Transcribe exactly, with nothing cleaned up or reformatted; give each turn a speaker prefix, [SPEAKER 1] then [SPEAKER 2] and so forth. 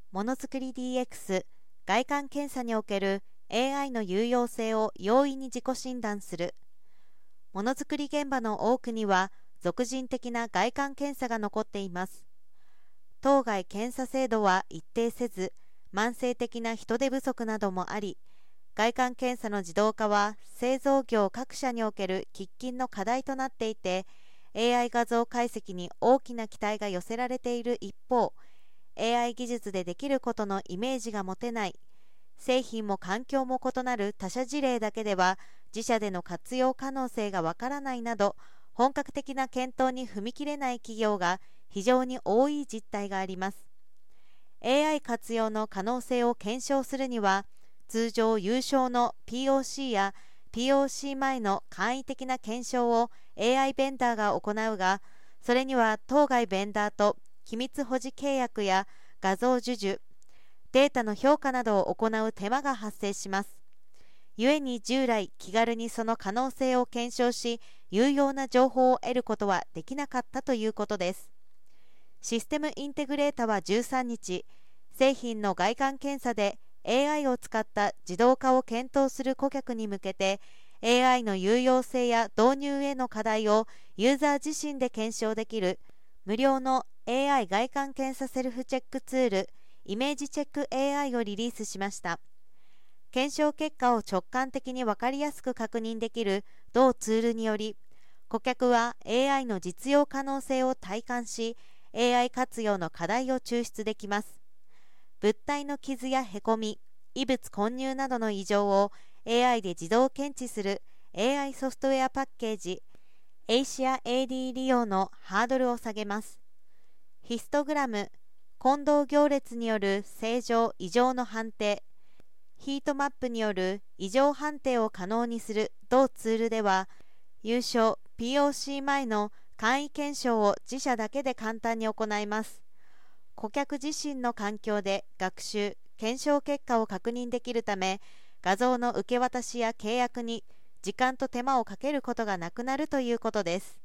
[SPEAKER 1] ものづくり ディーエックス 外観検査における エーアイ の有用性を容易に自己診断する。ものづくり現場の多くには属人的な外観検査が残っています。当該検査精度は一定せず、慢性的な人手不足などもあり、外観検査の自動化は製造業各社における喫緊の課題となっていて、エーアイ 画像解析に大きな期待が寄せられている一方、エーアイ 技術でできることのイメージが持てない、製品も環境も異なる他社事例だけでは自社での活用可能性がわからないなど、本格的な検討に踏み切れない企業が非常に多い実態があります。エーアイ 活用の可能性を検証するには、通常有償の ピーオーシー や ピーオーシー 前の簡易的な検証を エーアイ ベンダーが行うが、それには当該ベンダーと機密保持契約や画像授受、データの評価などを行う手間が発生します。故に従来気軽にその可能性を検証し、有用な情報を得ることはできなかったということです。システムインテグレータはじゅうさんにち、製品の外観検査で エーアイ を使った自動化を検討する顧客に向けて、エーアイ の有用性や導入への課題をユーザー自身で検証できる無料の エーアイ 外観検査セルフチェックツール、イメージチェック エーアイ をリリースしました。検証結果を直感的に分かりやすく確認できる同ツールにより、顧客は エーアイ の実用可能性を体感し、エーアイ 活用の課題を抽出できます。物体の傷やへこみ、異物混入などの異常を エーアイ で自動検知する エーアイ ソフトウェアパッケージ、エイシア エーディー 利用のハードルを下げます。ヒストグラム、混同行列による正常・異常の判定、ヒートマップによる異常判定を可能にする同ツールでは、有償 ピーオーシー 前の簡易検証を自社だけで簡単に行います。顧客自身の環境で学習・検証結果を確認できるため、画像の受け渡しや契約に時間と手間をかけることがなくなるということです。